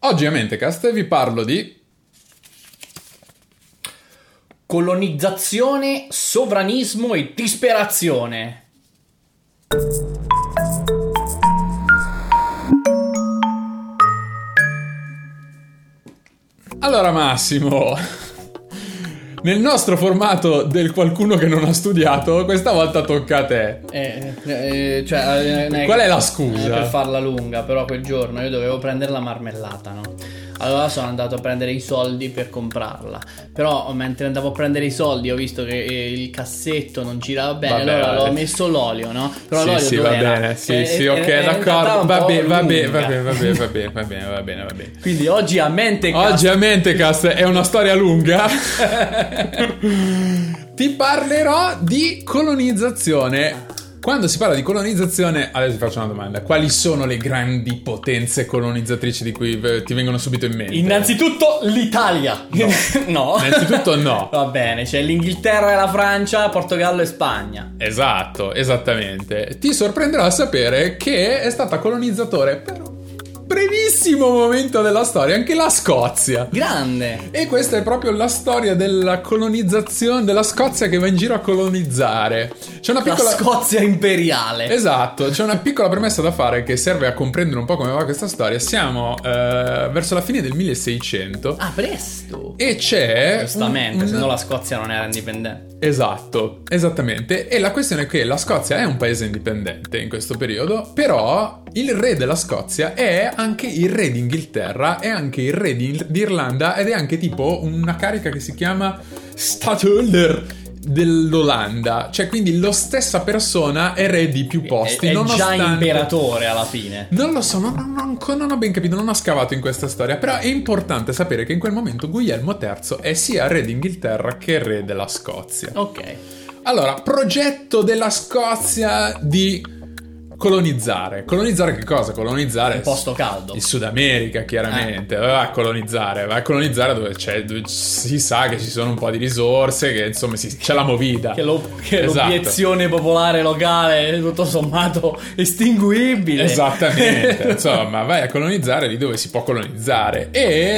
Oggi a Mentecast vi parlo di colonizzazione, sovranismo e disperazione. Allora Massimo, nel nostro formato del qualcuno che non ha studiato, questa volta tocca a te. Qual è la scusa? Per farla lunga, però quel giorno io dovevo prendere la marmellata, no? Allora sono andato a prendere i soldi per comprarla. Però mentre andavo a prendere i soldi ho visto che il cassetto non girava bene. Allora ho messo l'olio, no? Però sì, l'olio sì, va bene. Sì, ok, d'accordo. Va bene. Quindi oggi a Mentecast è una storia lunga. Ti parlerò di colonizzazione. Quando si parla di colonizzazione, adesso ti faccio una domanda. Quali sono le grandi potenze colonizzatrici di cui ti vengono subito in mente? Innanzitutto l'Italia. No. Innanzitutto no. Va bene, c'è l'Inghilterra e la Francia, Portogallo e Spagna. Esatto, esattamente. Ti sorprenderà a sapere che è stata colonizzatore per un brevissimo momento della storia anche la Scozia. Grande. E questa è proprio la storia della colonizzazione della Scozia che va in giro a colonizzare. C'è una piccola... La Scozia imperiale. Esatto, c'è una piccola premessa da fare che serve a comprendere un po' come va questa storia. Siamo verso la fine del 1600. Ah, presto. E c'è... Giustamente, se no la Scozia non era indipendente. Esatto, esattamente. E la questione è che la Scozia è un paese indipendente in questo periodo, però il re della Scozia è anche il re d'Inghilterra, è anche il re d'Irlanda ed è anche tipo una carica che si chiama Stadtholder dell'Olanda, cioè quindi la stessa persona è re di più posti, è nonostante... già imperatore alla fine. Non lo so, non ho ben capito, non ho scavato in questa storia, però è importante sapere che in quel momento Guglielmo III è sia re d'Inghilterra che re della Scozia. Ok. Allora, progetto della Scozia di colonizzare. Colonizzare che cosa? Colonizzare un posto caldo. Il Sud America, chiaramente. Va a colonizzare dove si sa che ci sono un po' di risorse, che insomma c'è la movida. Che l'obiezione popolare locale è tutto sommato estinguibile. Esattamente. Insomma, vai a colonizzare lì dove si può colonizzare.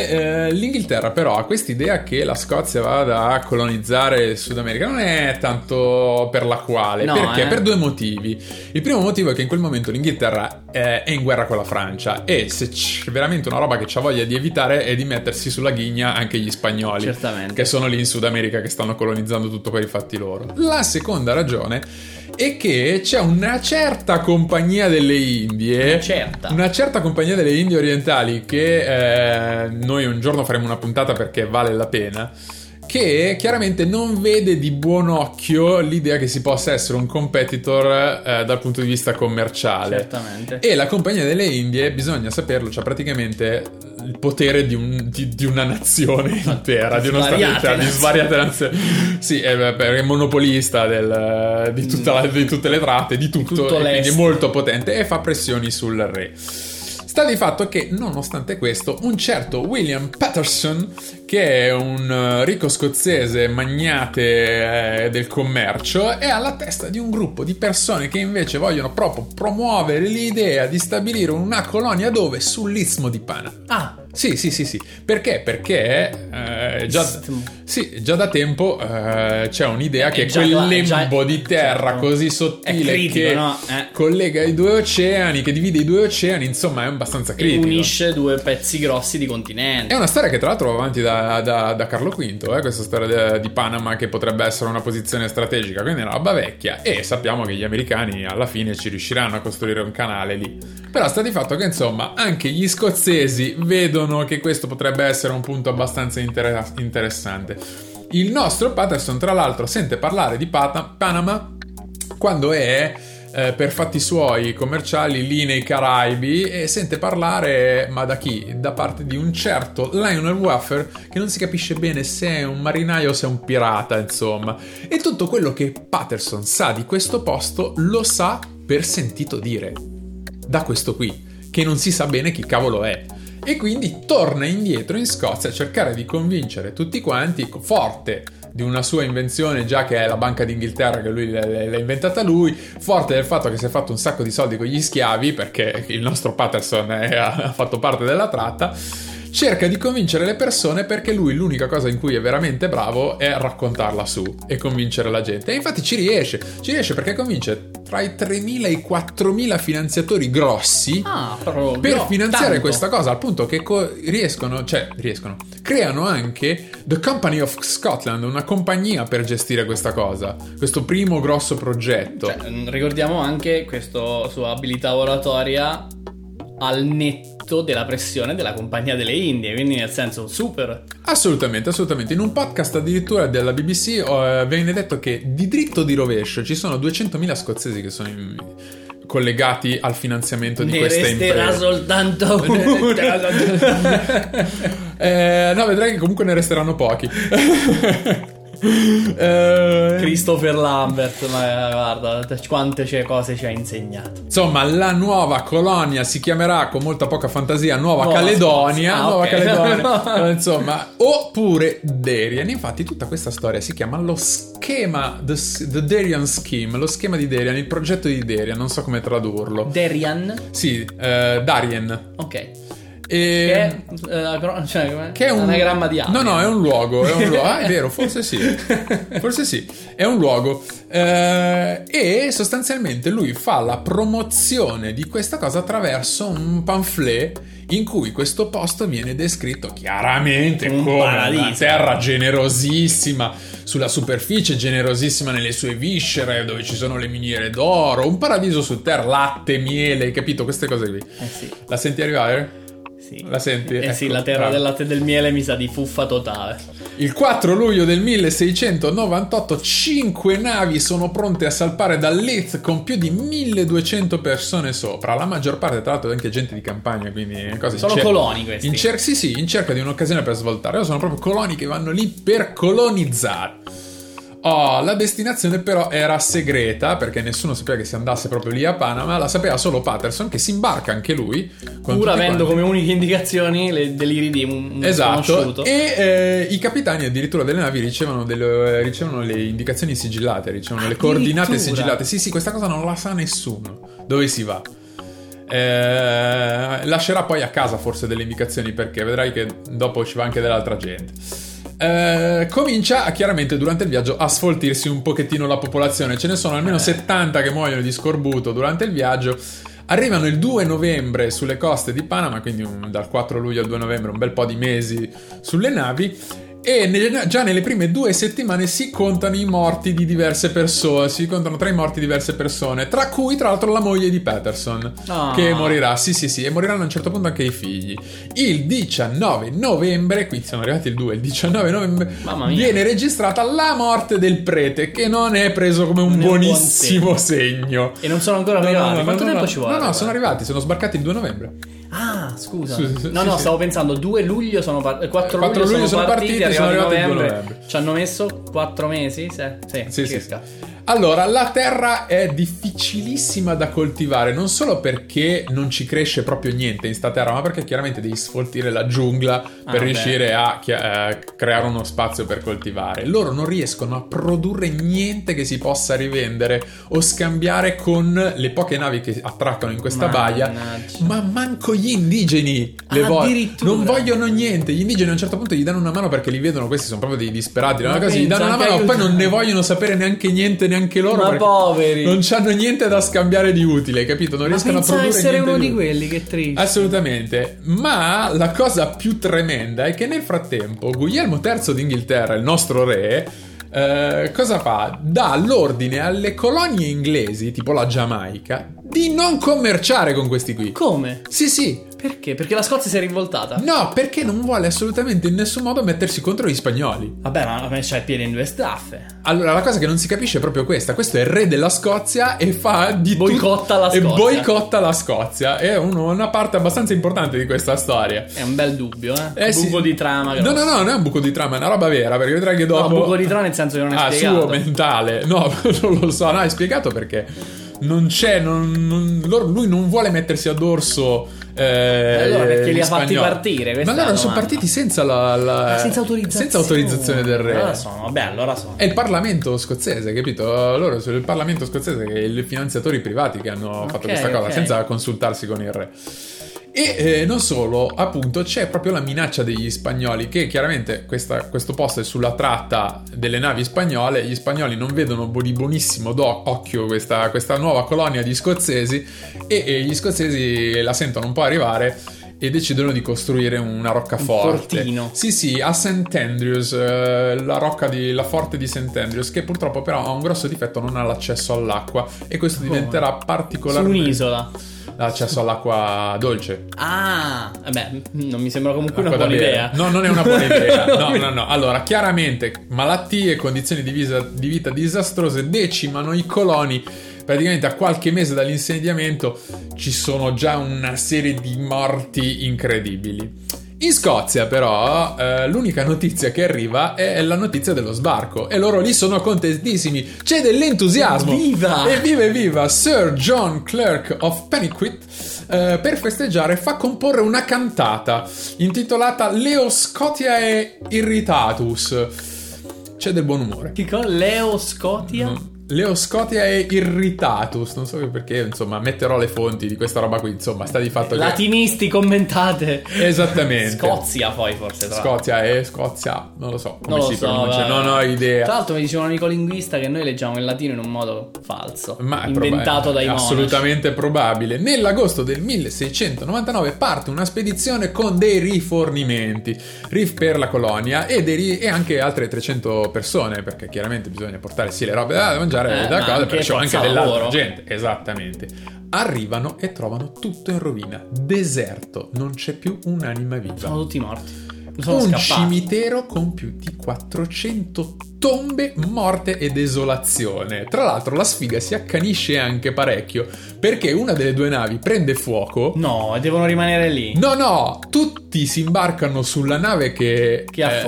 E l'Inghilterra però ha quest'idea che la Scozia vada a colonizzare il Sud America. Non è tanto per la quale. No, perché? Per due motivi. Il primo motivo è che in quel momento l'Inghilterra è in guerra con la Francia e se c'è veramente una roba che c'ha voglia di evitare è di mettersi sulla ghigna anche gli spagnoli. Certamente. Che sono lì in Sud America che stanno colonizzando tutto per i fatti loro. La seconda ragione è che c'è una certa compagnia delle Indie, una certa compagnia delle Indie orientali che noi un giorno faremo una puntata perché vale la pena, che chiaramente non vede di buon occhio l'idea che si possa essere un competitor dal punto di vista commerciale. Certamente. E la Compagnia delle Indie, bisogna saperlo, c'ha praticamente il potere di una nazione intera, di svariate nazioni. Sì, è monopolista di tutte le tratte, di tutto e quindi è molto potente e fa pressioni sul re. Sta di fatto che, nonostante questo, un certo William Paterson, che è un ricco scozzese magnate del commercio, è alla testa di un gruppo di persone che invece vogliono proprio promuovere l'idea di stabilire una colonia dove? Sull'Istmo di Panama. Ah! Sì. Perché? Perché già da tempo c'è un'idea che quel lembo di terra così sottile critico, che no? collega i due oceani, che divide i due oceani, insomma è abbastanza critico. E unisce due pezzi grossi di continente. È una storia che tra l'altro va avanti da Carlo V, questa storia di Panama, che potrebbe essere una posizione strategica, quindi è una roba vecchia e sappiamo che gli americani alla fine ci riusciranno a costruire un canale lì. Però sta di fatto che insomma anche gli scozzesi vedono che questo potrebbe essere un punto abbastanza interessante. Il nostro Paterson tra l'altro sente parlare di Panama quando è per fatti suoi commerciali lì nei Caraibi e sente parlare, ma da chi? Da parte di un certo Lionel Waffer, che non si capisce bene se è un marinaio o se è un pirata, insomma. E tutto quello che Paterson sa di questo posto lo sa per sentito dire da questo qui, che non si sa bene chi cavolo è. E quindi torna indietro in Scozia a cercare di convincere tutti quanti, forte di una sua invenzione già, che è la Banca d'Inghilterra, che lui l'ha inventata lui, forte del fatto che si è fatto un sacco di soldi con gli schiavi, perché il nostro Paterson ha fatto parte della tratta, cerca di convincere le persone perché lui l'unica cosa in cui è veramente bravo è raccontarla su e convincere la gente. E infatti ci riesce perché convince tra i 3.000 e i 4.000 finanziatori grossi per finanziare tanto. questa cosa, al punto che riescono, creano anche The Company of Scotland, una compagnia per gestire questa cosa, questo primo grosso progetto. Ricordiamo anche questa sua abilità oratoria al netto della pressione della Compagnia delle Indie, quindi nel senso super. Assolutamente. In un podcast addirittura della BBC viene detto che di dritto o di rovescio ci sono 200.000 scozzesi che sono collegati al finanziamento di queste imprese. Ne resterà soltanto uno. No, vedrai che comunque ne resteranno pochi. Christopher Lambert, ma guarda quante cose ci ha insegnato. Insomma, la nuova colonia si chiamerà con molta poca fantasia Nuova Caledonia. Okay. Caledonia. Insomma, oppure Darien. Infatti tutta questa storia si chiama lo schema The Darien Scheme, lo schema di Darien, il progetto di Darien, non so come tradurlo. Darien? Sì, Darien. Ok. Che è un anagramma di Aria. No, è un luogo. Ah, è vero, forse sì. È un luogo. E sostanzialmente lui fa la promozione di questa cosa attraverso un pamphlet in cui questo posto viene descritto chiaramente come una terra generosissima sulla superficie, generosissima nelle sue viscere, dove ci sono le miniere d'oro, un paradiso su terra, latte, miele, capito? Queste cose qui. Sì. La senti arrivare? Sì. La senti? Ecco, sì, la terra del latte e del miele mi sa di fuffa totale. Il 4 luglio del 1698 5 navi sono pronte a salpare da Leith con più di 1200 persone sopra. La maggior parte, tra l'altro, è anche gente di campagna, quindi cose sono coloni questi. In cerca di un'occasione per svoltare. Sono proprio coloni che vanno lì per colonizzare. La destinazione però era segreta perché nessuno sapeva che si andasse proprio lì a Panama, la sapeva solo Patterson, che si imbarca anche lui, pur avendo come uniche indicazioni le deliri di un sconosciuto. E i capitani addirittura delle navi ricevono le indicazioni sigillate, ricevono le coordinate sigillate. Sì, questa cosa non la sa nessuno dove si va. Lascerà poi a casa forse delle indicazioni, perché vedrai che dopo ci va anche dell'altra gente. Comincia chiaramente durante il viaggio a sfoltirsi un pochettino la popolazione. Ce ne sono almeno 70 che muoiono di scorbuto durante il viaggio. Arrivano il 2 novembre sulle coste di Panama, quindi dal 4 luglio al 2 novembre un bel po' di mesi sulle navi. E già nelle prime 2 settimane si contano i morti di diverse persone. Si contano tra i morti di diverse persone, tra cui tra l'altro la moglie di Patterson, che morirà. Sì, e moriranno a un certo punto anche i figli. Il 19 novembre, quindi siamo arrivati il 2, il 19 novembre viene registrata la morte del prete, che non è preso come un buonissimo segno. E non sono ancora arrivati. Quanto tempo ci vuole? No, sono arrivati, sono sbarcati il 2 novembre. Ah, scusa. Sì, stavo pensando 2 luglio 4 luglio sono partiti, sono arrivati il 2 novembre. Ci hanno messo 4 mesi? Sì. Allora, la terra è difficilissima da coltivare, non solo perché non ci cresce proprio niente in sta terra, ma perché chiaramente devi sfoltire la giungla per riuscire a creare uno spazio per coltivare. Loro non riescono a produrre niente che si possa rivendere o scambiare con le poche navi che attraccano in questa baia, ma manco gli indigeni non vogliono niente. Gli indigeni a un certo punto gli danno una mano perché li vedono, questi sono proprio dei disperati, gli danno una mano, poi non ne vogliono sapere neanche niente neanche loro, ma poveri, non c'hanno niente da scambiare di utile, capito? Non riescono a produrre niente. Essere uno di quelli, che triste. Assolutamente. Ma la cosa più tremenda è che nel frattempo Guglielmo III d'Inghilterra, il nostro re, cosa fa? Dà l'ordine alle colonie inglesi, tipo la Giamaica, di non commerciare con questi qui. Come? Sì. Perché? Perché la Scozia si è rivoltata? No, perché non vuole assolutamente in nessun modo mettersi contro gli spagnoli. Vabbè, ma c'ha il piede in 2 staffe. Allora, la cosa che non si capisce è proprio questa. Questo è il re della Scozia e fa di boicotta la Scozia. E boicotta la Scozia. È una parte abbastanza importante di questa storia. È un bel dubbio, buco di trama grosso. No, non è un buco di trama, è una roba vera, perché vedrai che dopo... No, buco di trama nel senso che non è spiegato. Suo mentale. No, non lo so, è spiegato perché non c'è, lui non vuole mettersi a dorso. Allora perché li ha fatti partire? Ma loro sono partiti senza senza autorizzazione del re. Allora sono. È il Parlamento scozzese, capito? Loro sono il Parlamento scozzese, che i finanziatori privati che hanno fatto questa cosa senza consultarsi con il re. E non solo, appunto, c'è proprio la minaccia degli spagnoli, che chiaramente questo posto è sulla tratta delle navi spagnole. Gli spagnoli non vedono di buonissimo occhio questa nuova colonia di scozzesi, e gli scozzesi la sentono un po' arrivare e decidono di costruire una roccaforte. Un fortino. Sì, a St. Andrews, la forte di St. Andrews, che purtroppo però ha un grosso difetto, non ha l'accesso all'acqua, e questo diventerà particolarmente... Su un'isola. L'accesso all'acqua dolce. Ah, vabbè, non mi sembra comunque Acqua una buona da bere. idea. No, non è una buona idea. No. Allora, chiaramente malattie e condizioni di vita disastrose decimano i coloni. Praticamente a qualche mese dall'insediamento ci sono già una serie di morti incredibili. In Scozia però l'unica notizia che arriva è la notizia dello sbarco, e loro lì sono contentissimi, c'è dell'entusiasmo. Evviva! Sir John Clerk of Penicuik per festeggiare fa comporre una cantata intitolata Leo Scotiae Irritatus. C'è del buon umore. Che cosa? Leo Scotia? Leo Scotiae Irritatus, non so perché, insomma, metterò le fonti di questa roba qui, insomma, sta di fatto che... Latinisti, commentate. Esattamente. Scozia poi forse, Scozia, non lo so come si pronuncia, non ho idea. Tra l'altro mi diceva un amico linguista che noi leggiamo il latino in un modo falso, ma inventato dai monaci. Assolutamente probabile. Nell'agosto del 1699 parte una spedizione con dei rifornimenti per la colonia e anche altre 300 persone, perché chiaramente bisogna portare sì le robe da mangiare, da cose, però c'è anche dell'altra gente. Esattamente. Arrivano e trovano tutto in rovina, deserto, non c'è più un'anima viva. Sono tutti morti. Un cimitero con più di 400 tombe morte e desolazione. Tra l'altro la sfiga si accanisce anche parecchio, perché una delle due navi prende fuoco. No, e devono rimanere lì. No, tutti si imbarcano sulla nave che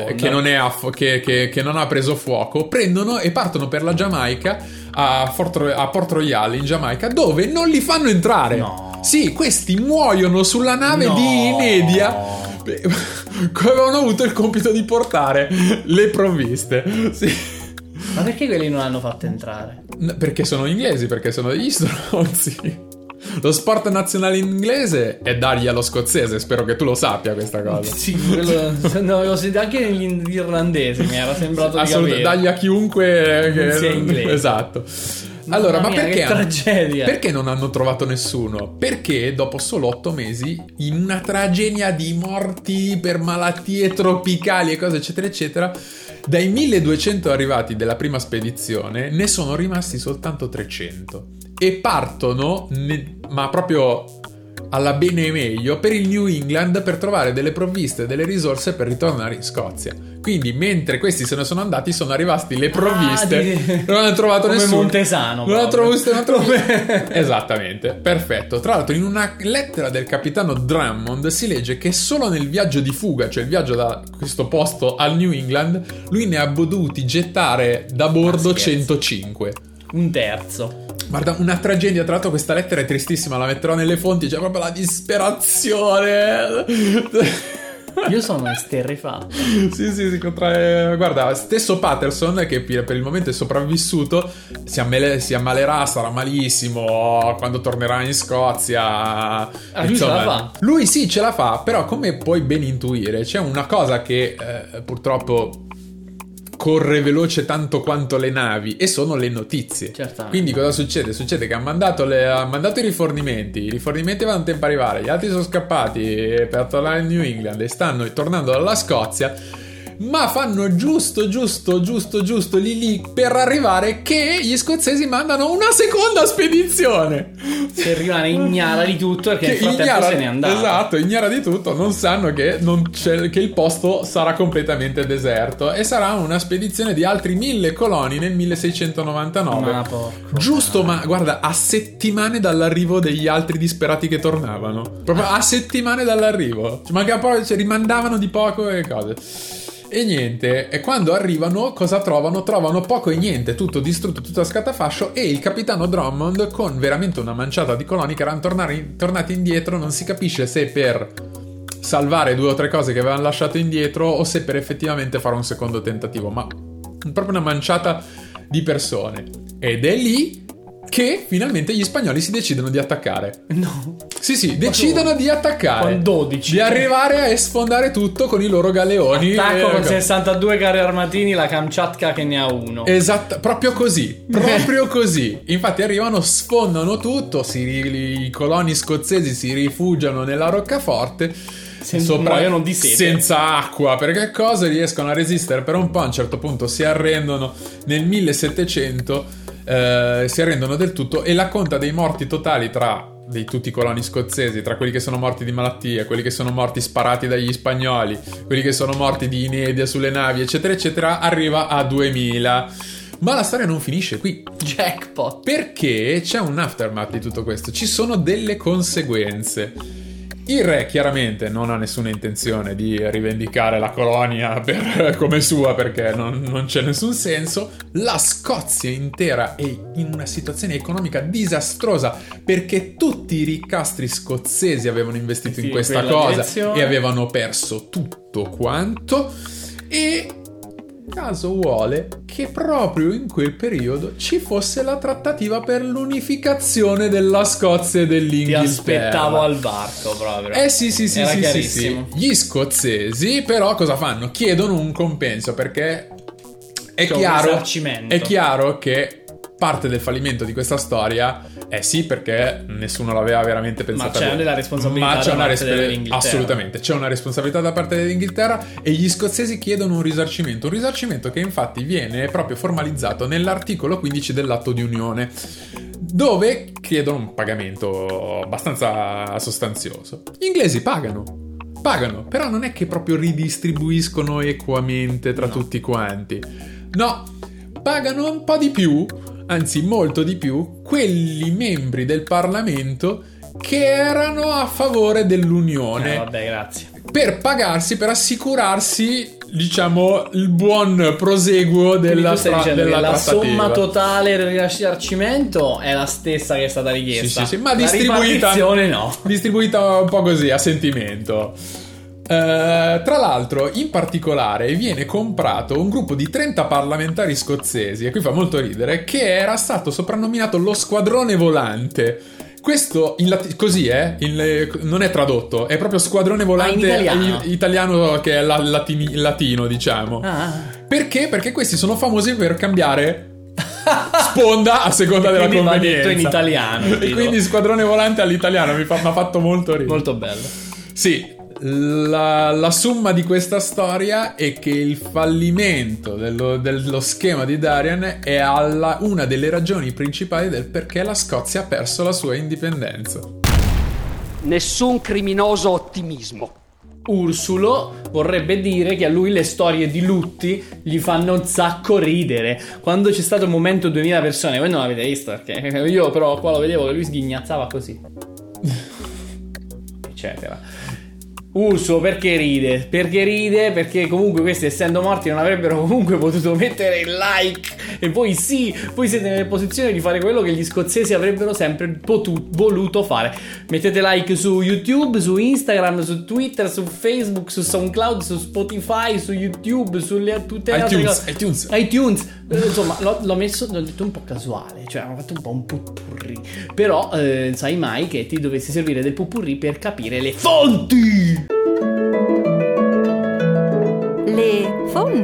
non ha preso fuoco, prendono e partono per la Giamaica, a Port Royal in Giamaica, dove non li fanno entrare. No. Sì, questi muoiono sulla nave di Inedia. Avevano avuto il compito di portare le provviste. Sì. Ma perché quelli non hanno fatto entrare? Perché sono inglesi, perché sono degli stronzi. Lo sport nazionale inglese è dargli allo scozzese, spero che tu lo sappia questa cosa. Sì, quello l'avevo sentito anche nell'irlandese, mi era sembrato di capire. Dagli a chiunque che sia inglese. Esatto. Allora, ma perché? Che tragedia! Perché non hanno trovato nessuno? Perché dopo solo 8 mesi, in una tragedia di morti per malattie tropicali e cose eccetera eccetera, dai 1200 arrivati della prima spedizione ne sono rimasti soltanto 300 e partono, ma proprio alla bene e meglio, per il New England per trovare delle provviste, delle risorse per ritornare in Scozia. Quindi mentre questi se ne sono andati, sono arrivate le provviste, non hanno trovato come nessuno. Montesano. Non hanno trovato esattamente, perfetto. Tra l'altro in una lettera del capitano Drummond si legge che solo nel viaggio di fuga, cioè il viaggio da questo posto al New England, lui ne ha potuti gettare da bordo 105. Un terzo. Guarda, una tragedia. Tra l'altro questa lettera è tristissima, la metterò nelle fonti, c'è proprio la disperazione. Io sono esterrefatto. Sì, guarda, stesso Patterson, che per il momento è sopravvissuto, si ammalerà, sarà malissimo quando tornerà in Scozia. Lui ce la fa. Lui sì, ce la fa, però come puoi ben intuire c'è una cosa che purtroppo corre veloce tanto quanto le navi, e sono le notizie. Certamente. Quindi cosa succede? Succede che ha mandato i rifornimenti vanno a tempo arrivare, gli altri sono scappati per tornare in New England e stanno tornando dalla Scozia, ma fanno giusto lì per arrivare che gli scozzesi mandano una seconda spedizione. Se rimane ignara di tutto perché nel frattempo se n'è andato. Esatto, ignara di tutto, non sanno che che il posto sarà completamente deserto, e sarà una spedizione di altri 1000 coloni nel 1699. Ma porco. Giusto, ma guarda, a settimane dall'arrivo degli altri disperati che tornavano. Proprio a settimane dall'arrivo. Rimandavano di poco e cose. E niente, e quando arrivano cosa trovano? Trovano poco e niente, tutto distrutto, tutto a scatafascio, e il capitano Drummond con veramente una manciata di coloni che erano tornati indietro, non si capisce se per salvare 2 o 3 cose che avevano lasciato indietro o se per effettivamente fare un secondo tentativo, ma proprio una manciata di persone. Ed è lì che finalmente gli spagnoli si decidono di attaccare. No. Sì, decidono di attaccare. Con 12. Di arrivare a sfondare tutto con i loro galeoni. Attacco con 62 carri armatini, la Kamchatka che ne ha uno. Esatto, proprio così. Infatti arrivano, sfondano tutto, i coloni scozzesi si rifugiano nella roccaforte. Muoiono di sete. Senza acqua, perché cosa riescono a resistere per un po', a un certo punto si arrendono nel 1700, si arrendono del tutto, e la conta dei morti totali di tutti i coloni scozzesi, tra quelli che sono morti di malattia, quelli che sono morti sparati dagli spagnoli, quelli che sono morti di inedia sulle navi, eccetera eccetera, arriva a 2000. Ma la storia non finisce qui. Jackpot. Perché c'è un aftermath di tutto questo, ci sono delle conseguenze. Il re chiaramente non ha nessuna intenzione di rivendicare la colonia come sua, perché non c'è nessun senso. La Scozia intera è in una situazione economica disastrosa, perché tutti i ricastri scozzesi avevano investito in questa cosa e avevano perso tutto quanto. E caso vuole che proprio in quel periodo ci fosse la trattativa per l'unificazione della Scozia e dell'Inghilterra. Ti aspettavo al varco proprio. Sì. Gli scozzesi però cosa fanno? Chiedono un compenso, perché è chiaro che parte del fallimento di questa storia sì, perché nessuno l'aveva veramente pensato. Ma c'è della responsabilità da parte dell'Inghilterra. Assolutamente, c'è una responsabilità da parte dell'Inghilterra, e gli scozzesi chiedono un risarcimento che infatti viene proprio formalizzato nell'articolo 15 dell'atto di unione, dove chiedono un pagamento abbastanza sostanzioso. Gli inglesi pagano, però non è che proprio ridistribuiscono equamente tra tutti quanti. No, pagano un po' di più, anzi molto di più, quelli membri del Parlamento che erano a favore dell'unione. Vabbè, grazie. Per assicurarsi, diciamo, il buon proseguo della trattativa. La somma totale del risarcimento è la stessa che è stata richiesta. Sì, ma distribuita un po' così, a sentimento. Tra l'altro, in particolare, viene comprato un gruppo di 30 parlamentari scozzesi, e qui fa molto ridere, che era stato soprannominato lo Squadrone Volante. Questo così non è tradotto, è proprio Squadrone Volante italiano, che è latino, diciamo. Perché? Perché questi sono famosi per cambiare sponda a seconda della convenienza. Detto in italiano. E quindi Squadrone Volante all'italiano mi ha fatto molto ridere. Molto bello. Sì. La somma di questa storia è che il fallimento dello schema di Darien è una delle ragioni principali del perché la Scozia ha perso la sua indipendenza. Nessun criminoso ottimismo. Ursulo vorrebbe dire che a lui le storie di lutti gli fanno un sacco ridere. Quando c'è stato il momento 2000 persone, voi non l'avete visto, perché io però qua lo vedevo che lui sghignazzava così eccetera. Urso perché ride? Perché comunque questi, essendo morti, non avrebbero comunque potuto mettere il like. E voi siete nelle posizioni di fare quello che gli scozzesi avrebbero sempre voluto fare. Mettete like su YouTube, su Instagram, su Twitter, su Facebook, su SoundCloud, su Spotify, su YouTube, sulle tutte le altre cose. iTunes. Insomma, l'ho detto un po' casuale, cioè ho fatto un po' un pupurri. Però sai mai che ti dovessi servire del pupurri per capire le fonti. Le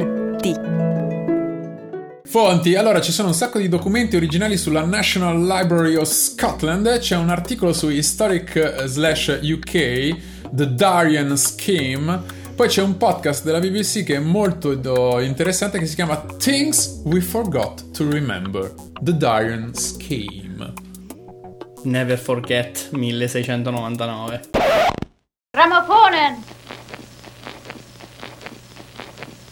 fonti. Allora, ci sono un sacco di documenti originali sulla National Library of Scotland. C'è un articolo su Historic/UK, The Darien Scheme. Poi c'è un podcast della BBC che è molto interessante, che si chiama Things We Forgot to Remember, The Darien Scheme. Never forget 1699.